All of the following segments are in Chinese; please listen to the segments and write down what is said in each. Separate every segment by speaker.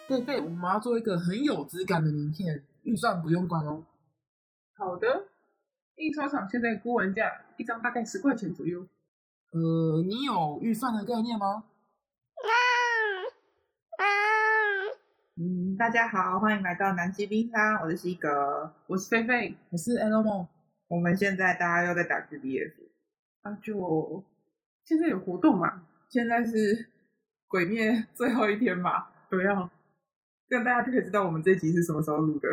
Speaker 1: 贝贝，我们要做一个很有质感的名片，预算不用管哦。
Speaker 2: 好的，印刷厂现在估完价，一张大概10块钱左右。
Speaker 1: 你有预算的概念吗？
Speaker 3: 大家好，欢迎来到南极冰沙，我是西格，
Speaker 2: 我是菲菲，
Speaker 1: 我是 Elmo。
Speaker 3: 我们现在大家又在打 GBF
Speaker 2: 啊，就现在有活动嘛？
Speaker 3: 现在是鬼灭最后一天嘛？
Speaker 2: 对啊，
Speaker 3: 这样大家就可以知道我们这集是什么时候录的。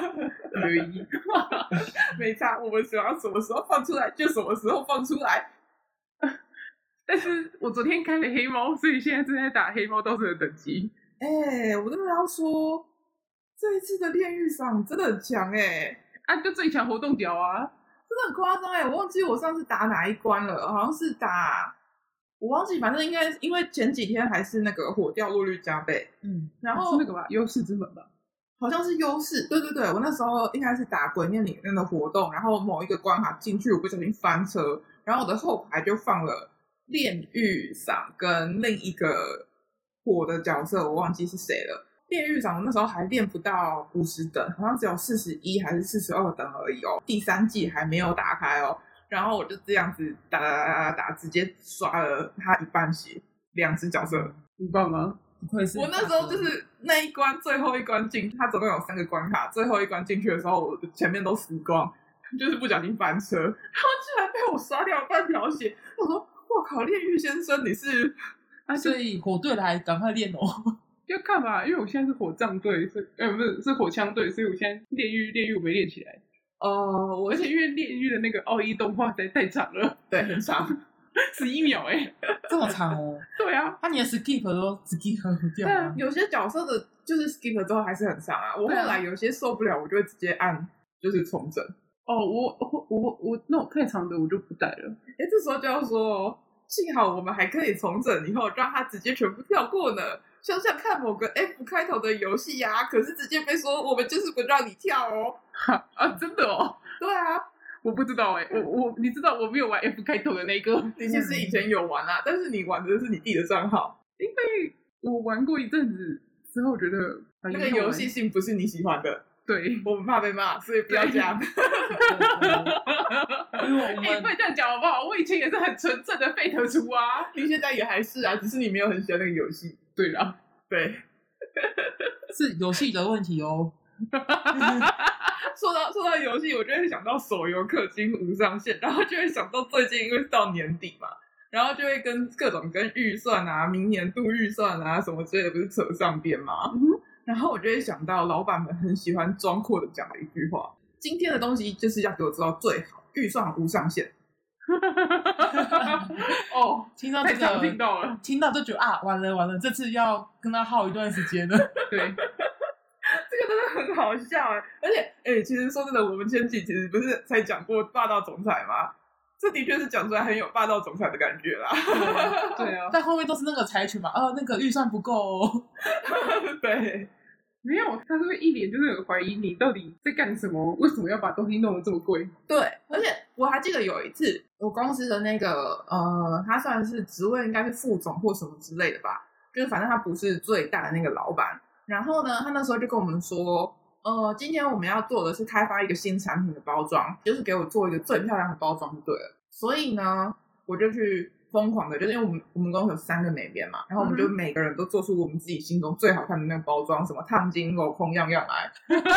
Speaker 3: 没差，我们想要什么时候放出来就什么时候放出来。
Speaker 2: 但是我昨天开了黑猫，所以现在正在打黑猫道士的等级。
Speaker 3: 我真的要说，这一次的炼狱赏真的很强
Speaker 2: 啊，就最强活动屌啊，
Speaker 3: 真的很夸张我忘记我上次打哪一关了，好像是打我忘记，反正应该因为前几天还是那个火掉落率加倍，然后
Speaker 2: 是那个吧，优势之门吧，
Speaker 3: 好像是优势，对对对，我那时候应该是打鬼面里面的活动，然后某一个关卡进去，我不小心翻车，然后我的后排就放了炼狱赏跟另一个火的角色，我忘记是谁了。炼狱赏那时候还练不到50等，好像只有41还是42等而已哦。第3季还没有打开哦，然后我就这样子打，直接刷了他一半血，2只角色，
Speaker 2: 很棒吗？
Speaker 1: 不愧是
Speaker 3: 我那时候就是那一关最后一关进，他总共有3个关卡，最后一关进去的时候，我前面都死光，就是不小心翻车，然后居然被我刷掉了半条血。我说：“我靠，炼狱先生，你是
Speaker 1: 所以火队来赶快练哦。”
Speaker 2: 要看吧，因为我现在是火杖队，不是火枪队，所以我现在炼狱我没练起来。而且因为炼狱的那个奥义动画实在太长了，
Speaker 3: 对，很长
Speaker 2: ，11秒
Speaker 1: 这么长哦。
Speaker 2: 对啊，
Speaker 1: 你的 skip 都 skip 不掉吗？
Speaker 3: 有些角色的就是 skip 之后还是很长啊。我后来有些受不了，我就会直接按就是重整。
Speaker 2: 我那种太长的我就不带了。
Speaker 3: 这时候就要说，幸好我们还可以重整以后让他直接全部跳过呢。想想看某个 F 开头的游戏啊，可是直接被说我们就是不让你跳哦。
Speaker 2: 真的哦？
Speaker 3: 对啊，
Speaker 2: 我不知道你知道我没有玩 F 开头的那个。
Speaker 3: 你其实以前有玩啊，但是你玩的是你弟的账号，
Speaker 2: 因为我玩过一阵子之后觉得
Speaker 3: 那个游戏性不是你喜欢的。
Speaker 2: 对，
Speaker 3: 我们怕被骂，所以不要讲。
Speaker 1: 因为我们
Speaker 2: 不能这样讲好不好？我以前也是很纯正的费特猪啊，
Speaker 3: 你现在也还是啊，只是你没有很喜欢那个游戏。
Speaker 2: 对啦，
Speaker 3: 对，
Speaker 1: 是游戏的问题哦。
Speaker 3: 说到游戏，我就会想到手游氪金无上限，然后就会想到最近因为到年底嘛，然后就会跟各种跟预算啊、明年度预算啊什么之类的，不是扯上边吗？然后我就会想到老板们很喜欢装阔的讲的一句话：今天的东西就是要给我做到最好，预算无上限。
Speaker 1: 听到这个，听到就觉得完了，这次要跟他耗一段时间了。
Speaker 2: 对，
Speaker 3: 这个真的很好笑而且其实说真的，我们前几其实不是才讲过霸道总裁吗？这的确是讲出来很有霸道总裁的感觉啦。
Speaker 2: 对啊，
Speaker 1: 但后面都是那个裁决嘛，那个预算不够哦。
Speaker 3: 对，
Speaker 2: 没有，他是会一脸就是很怀疑你到底在干什么，为什么要把东西弄得这么贵？
Speaker 3: 对，而且我还记得有一次，我公司的那个他算是职位应该是副总或什么之类的吧，就是反正他不是最大的那个老板。然后呢，他那时候就跟我们说，今天我们要做的是开发一个新产品的包装，就是给我做一个最漂亮的包装就对了。所以呢，我就去疯狂的，就是因为我们公司有3个美编嘛，然后我们就每个人都做出我们自己心中最好看的那个包装，什么烫金、镂空样样来，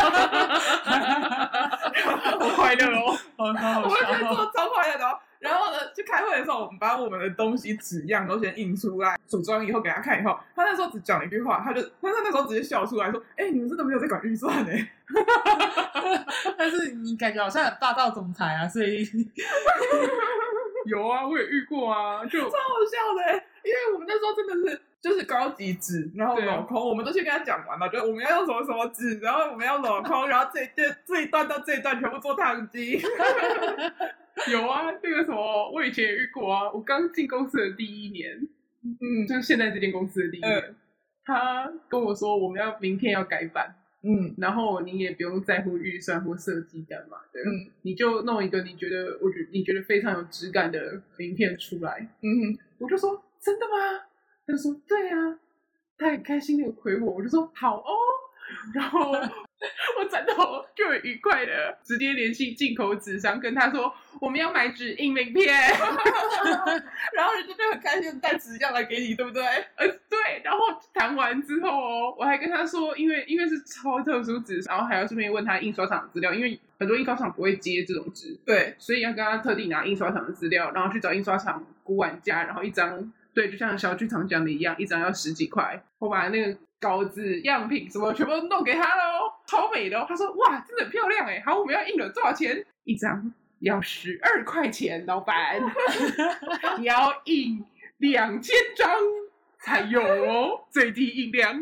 Speaker 2: 好快乐哦，
Speaker 3: 我们可以做超快乐的哦。然后呢，去开会的时候，我们把我们的东西纸样都先印出来，组装以后给他看以后，他那时候只讲了一句话，他那时候直接笑出来说：“你们真的没有在管预算
Speaker 1: 但是你感觉好像很霸道总裁啊，所以
Speaker 2: 有啊，我也遇过啊，就
Speaker 3: 超好笑的因为我们那时候真的是就是高级纸，然后镂空，我们都先跟他讲完了，就我们要用什么什么纸，然后我们要镂空，然后这一段到这一段全部做烫金。
Speaker 2: 有啊，那个什么，我以前也遇过啊。我刚进公司的第1年，就是现在这间公司的第1年，他跟我说我们明天要改版，然后你也不用在乎预算或设计干嘛的，你就弄一个你觉得非常有质感的名片出来，我就说真的吗？他就说对啊， 他很开心的回我就说好哦，然后我转头就很愉快的直接联系进口纸商，跟他说我们要买纸印名片，
Speaker 3: 然后人家就很开心的带纸样来给你，对不对？
Speaker 2: 对，然后谈完之后哦，我还跟他说，因为是超特殊纸，然后还要顺便问他印刷厂的资料，因为很多印刷厂不会接这种纸，
Speaker 3: 对，
Speaker 2: 所以要跟他特地拿印刷厂的资料，然后去找印刷厂估完价，然后一张，对，就像小剧场讲的一样，一张要10几块，我把那个稿子、样品什么全部都弄给他了，超美的哦。他说哇，真的很漂亮哎，好，我们要印了多少钱？一张要12块钱，老板，你要印2000张才有哦，最低印量。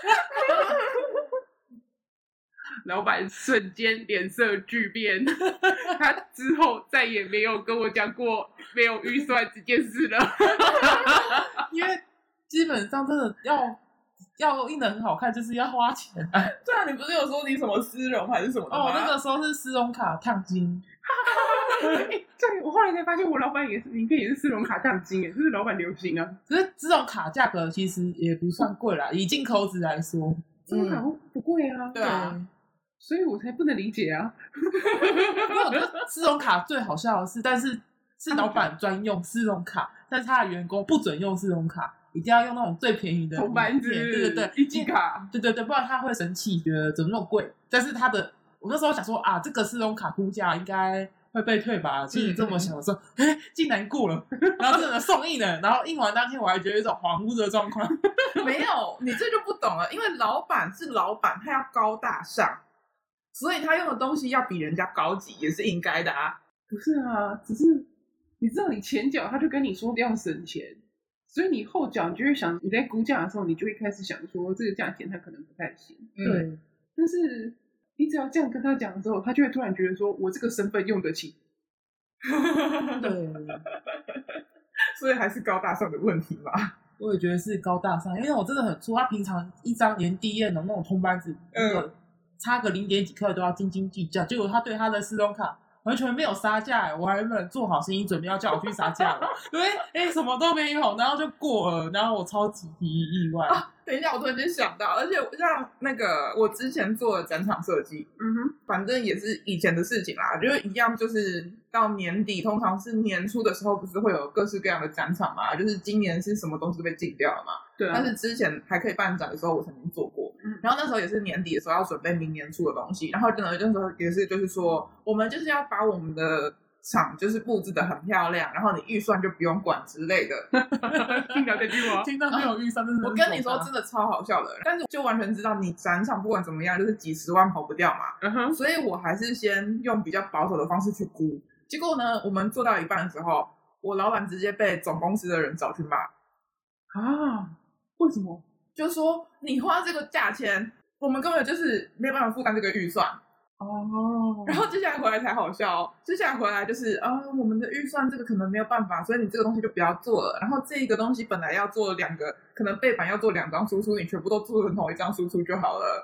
Speaker 2: 老板瞬间脸色巨变，他之后再也没有跟我讲过没有预算这件事了。
Speaker 1: 因为基本上真的要印得很好看，就是要花钱啊。
Speaker 3: 对啊，你不是有说你什么丝绒还是什么的吗？
Speaker 1: 哦，那个时候是丝绒卡烫金。
Speaker 2: 对，我后来才发现，我老板也是名片也是丝绒卡烫金，这是老板流行啊。
Speaker 1: 可是这种卡价格其实也不算贵啦，以进口纸来说，
Speaker 2: 丝绒卡不贵啊。
Speaker 3: 对啊，
Speaker 2: 所以我才不能理解啊。
Speaker 1: 因为我觉得丝绒卡最好笑的是，但是是老板专用丝绒卡，但是他的员工不准用丝绒卡，一定要用那种最便宜的
Speaker 2: 铜板纸，
Speaker 1: 对对对，
Speaker 2: 一级卡，
Speaker 1: 对对对，不然他会生气，觉得怎么那么贵。但是我那时候想说啊，这个丝绒卡估价应该会被退吧，其实这么想的时候，竟然过了，然后真的送印了，然后印完当天我还觉得一种恍惚的状况。
Speaker 3: 没有，你这就不懂了，因为老板是老板，他要高大上，所以他用的东西要比人家高级，也是应该的啊。
Speaker 2: 不是啊，只是你知道，你前脚他就跟你说要省钱，所以你后脚你就会想，你在估价的时候，你就会开始想说这个价钱他可能不太行。
Speaker 1: 对，
Speaker 2: 但是你只要这样跟他讲的时候，他就会突然觉得说，我这个身份用得起。
Speaker 1: 对，
Speaker 3: 所以还是高大上的问题嘛。
Speaker 1: 我也觉得是高大上，因为我真的很粗，他平常一张连DM的那种通班子，差个0点几克都要斤斤计较，结果他对他的丝绒卡完全没有杀价，我还原本做好心理准备要叫我去杀价了，对，什么都没有，然后就过了，然后我超级意外。
Speaker 3: 等一下，我突然间想到，而且像那个我之前做的展场设计，反正也是以前的事情啦，就是一样，就是到年底，通常是年初的时候，不是会有各式各样的展场嘛？就是今年是什么东西被禁掉了嘛？
Speaker 2: 对啊。
Speaker 3: 但是之前还可以办展的时候，我曾经做过，然后那时候也是年底的时候要准备明年出的东西，然后真的那时候也是就是说，我们就是要把我们的场就是布置的很漂亮，然后你预算就不用管之类的。
Speaker 2: 听到这句话，
Speaker 1: 听到没有预算，真的
Speaker 3: 我跟你说，真的超好笑的。但是就完全知道你展场不管怎么样，就是几十万跑不掉嘛。所以我还是先用比较保守的方式去估。结果呢，我们做到一半的时候，我老板直接被总公司的人找去骂
Speaker 2: 啊！为什么？
Speaker 3: 就说你花这个价钱，我们根本就是没办法负担这个预算。然后接下来回来才好笑哦。接下来回来就是我们的预算这个可能没有办法，所以你这个东西就不要做了。然后这个东西本来要做2个，可能背板要做2张输出，你全部都做成同1张输出就好了。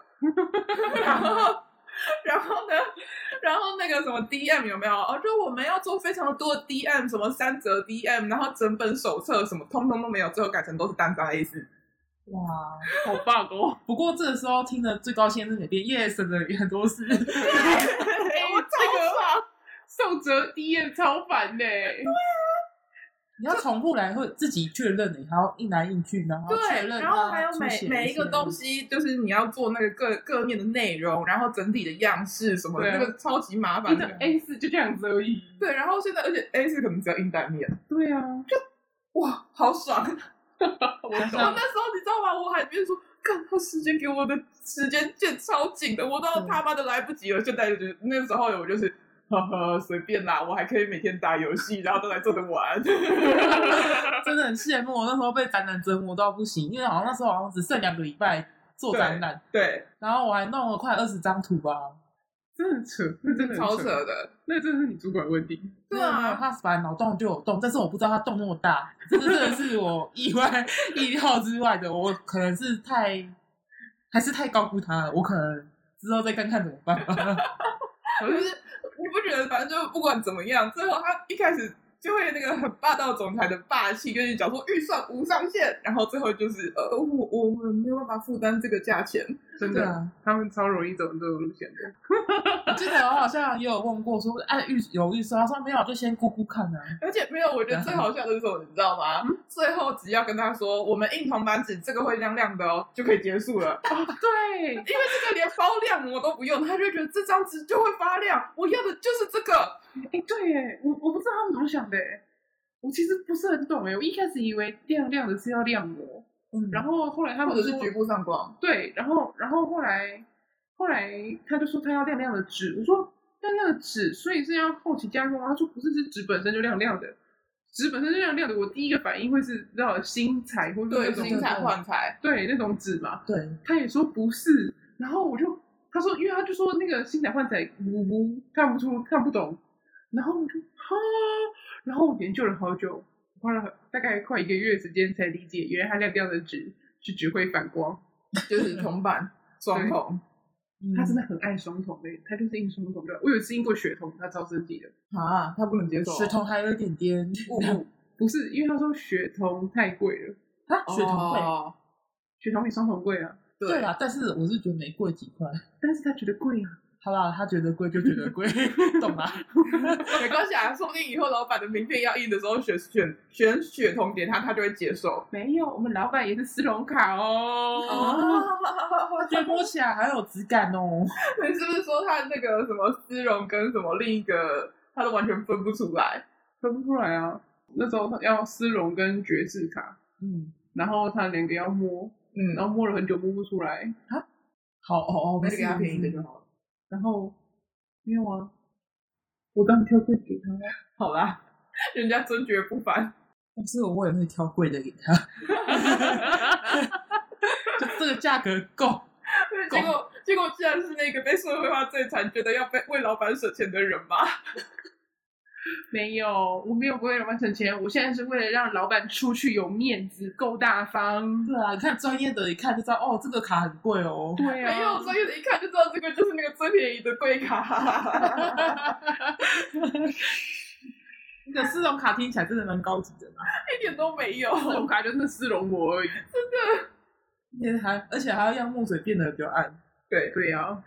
Speaker 3: 然后那个什么 DM 有没有？就我们要做非常多的 DM， 什么3折 DM， 然后整本手册什么通通都没有，最后改成都是单张 A4。
Speaker 1: 哇，
Speaker 2: 好棒哦！
Speaker 1: 不过这个时候听的最高兴的是美编，耶，省了很多事。
Speaker 3: 我超爽，
Speaker 2: 受折 DM 超烦的。对啊，
Speaker 1: 你要重复来会自己确认，你还要印来印去，然后确认，
Speaker 3: 然后还有每一个东西，就是你要做那个各面的内容，然后整体的样式什么的，那个超级麻烦。
Speaker 2: 你的 A4 就这样子而已。
Speaker 3: 对，然后现在而且 A4 可能只要印单面。
Speaker 2: 对啊，
Speaker 3: 就哇，好爽！
Speaker 2: 我
Speaker 3: 那时候你知道吗？我还别说，看他时间给我的时间线超紧的，我都他妈的来不及了。现在就觉得那时候我就是随便啦，我还可以每天打游戏，然后都来做得完。
Speaker 1: 真的很羡慕，我那时候被展览折磨到不行，因为那时候只剩2个礼拜做展览，
Speaker 3: 对，
Speaker 1: 然后我还弄了快20张图吧。
Speaker 2: 真的扯，那真的
Speaker 3: 超扯的，
Speaker 2: 那真的是你主管问题。
Speaker 1: 对啊，他本来脑洞就有洞，但是我不知道他洞那么大，这真的是我意料之外的。我可能是还是太高估他了，我可能之后再看看怎么办吧。
Speaker 3: 就是你不觉得，反正就不管怎么样，最后他一开始就会那个很霸道总裁的霸气，跟你讲说预算无上限，然后最后就是我们没有办法负担这个价钱，
Speaker 2: 真的，他们超容易走这种路线的。
Speaker 1: 我记得我好像也有问过说，有预算，他说没有，就先估估看啊。
Speaker 3: 而且没有，我觉得最好笑的是什么，你知道吗？最后只要跟他说我们印铜板纸这个会亮亮的哦，就可以结束了。
Speaker 2: 对，
Speaker 3: 因为这个连包亮膜都不用，他就觉得这张纸就会发亮，我要的就是这个。
Speaker 2: 对耶，我不知道他们怎么想的耶，我其实不是很懂耶，我一开始以为亮亮的是要亮膜，然后后来他们
Speaker 3: 或者是局部上光，
Speaker 2: 对，然后后来他就说他要亮亮的纸，我说亮亮的纸，所以是要后期加工吗？他说不是，是纸本身就亮亮的，纸本身就亮亮的，我第一个反应会是知道新彩或者那种
Speaker 3: 新彩换彩，
Speaker 2: 对那种纸嘛，
Speaker 1: 对，
Speaker 2: 他也说不是，然后他说，因为他就说那个新彩换彩看不懂。然后我就然后我研究了好久，花了大概快1个月的时间才理解，原来它亮亮的纸是只会反光，
Speaker 3: 就是铜板双铜。
Speaker 2: 他真的很爱双铜的，他就是印双铜的。我有一次印过血铜，他超生气的
Speaker 3: 啊，他不能接受。
Speaker 1: 血铜还有一点点
Speaker 2: 不是，因为他说血铜太贵了
Speaker 1: 啊，血铜贵，
Speaker 2: 血铜比双铜贵啊。
Speaker 1: 对啦，但是我是觉得没贵几块，
Speaker 2: 但是他觉得贵啊。
Speaker 1: 好啦，他觉得贵就觉得贵，懂吗？
Speaker 3: 没关系啊，说不定以后老板的名片要印的时候选血铜给他，他就会接受。
Speaker 2: 没有，我们老板也是丝绒卡哦。
Speaker 1: 觉得摸起来还有质感哦。
Speaker 3: 你是不是说他那个什么丝绒跟什么另一个，他都完全分不出来？
Speaker 2: 分不出来啊！那时候要丝绒跟爵士卡，然后他2个要摸，然后摸了很久摸不出来
Speaker 1: 啊。好，
Speaker 3: 那就给他便宜的就好了。
Speaker 2: 然后没有啊，我当然挑贵给他。
Speaker 3: 好啦，人家尊爵不凡。
Speaker 1: 但是我也会挑贵的给他，就这个价格够。
Speaker 3: 结果竟然是那个被社会化最惨，觉得要为老板省钱的人吗？
Speaker 2: 没有，我没有为老板省钱，我现在是为了让老板出去有面子，够大方。
Speaker 1: 对啊，你看专业的，一看就知道哦，这个卡很贵哦。
Speaker 2: 对啊，
Speaker 3: 没有专业的，一看就知道这个就是那个最便宜的贵卡。
Speaker 1: 那个丝绒卡听起来真的蛮高级的嘛，
Speaker 3: 一点都没有。
Speaker 2: 丝绒卡就是丝绒膜而已，
Speaker 3: 真的。
Speaker 1: 而且还要让墨水变得比较暗。
Speaker 2: 对啊。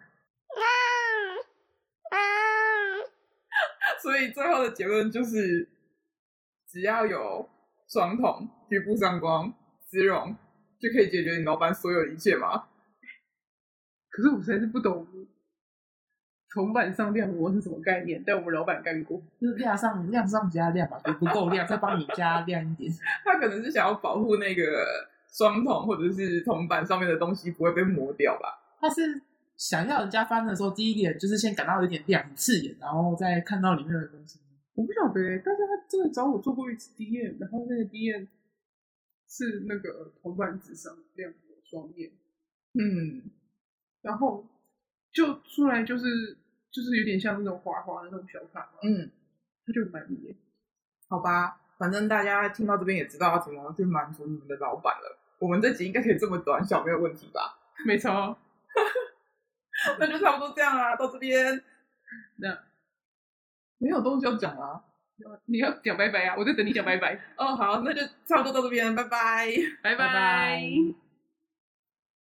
Speaker 3: 所以最后的结论就是，只要有双铜、局部上光、丝绒，就可以解决你老板所有一切吗？
Speaker 2: 可是我实在是不懂铜板上亮膜是什么概念，但我们老板干过，
Speaker 1: 就是亮上加亮嘛，就不够亮，再帮你加亮一点。
Speaker 3: 他可能是想要保护那个双铜或者是铜板上面的东西不会被磨掉吧？
Speaker 1: 他是想要人家翻的时候，第一点就是先感到有点亮刺眼，然后再看到里面的东西。
Speaker 2: 我不晓得但是他真的找我做过一次 DM， 然后那个 DM 是那个铜板纸上亮膜双面，然后就出来就是有点像那种滑滑的那种小卡嘛，他就很满意耶。
Speaker 3: 好吧，反正大家听到这边也知道要怎么去满足你们的老板了。我们这集应该可以这么短小没有问题吧？
Speaker 2: 没错。
Speaker 3: 那就差不多这样啦，到这边。
Speaker 2: 那
Speaker 3: 没有东西要讲啊？
Speaker 2: 你要讲拜拜啊！我在等你讲拜拜。
Speaker 3: 哦，好，那就差不多到这边，拜拜，
Speaker 2: 拜拜。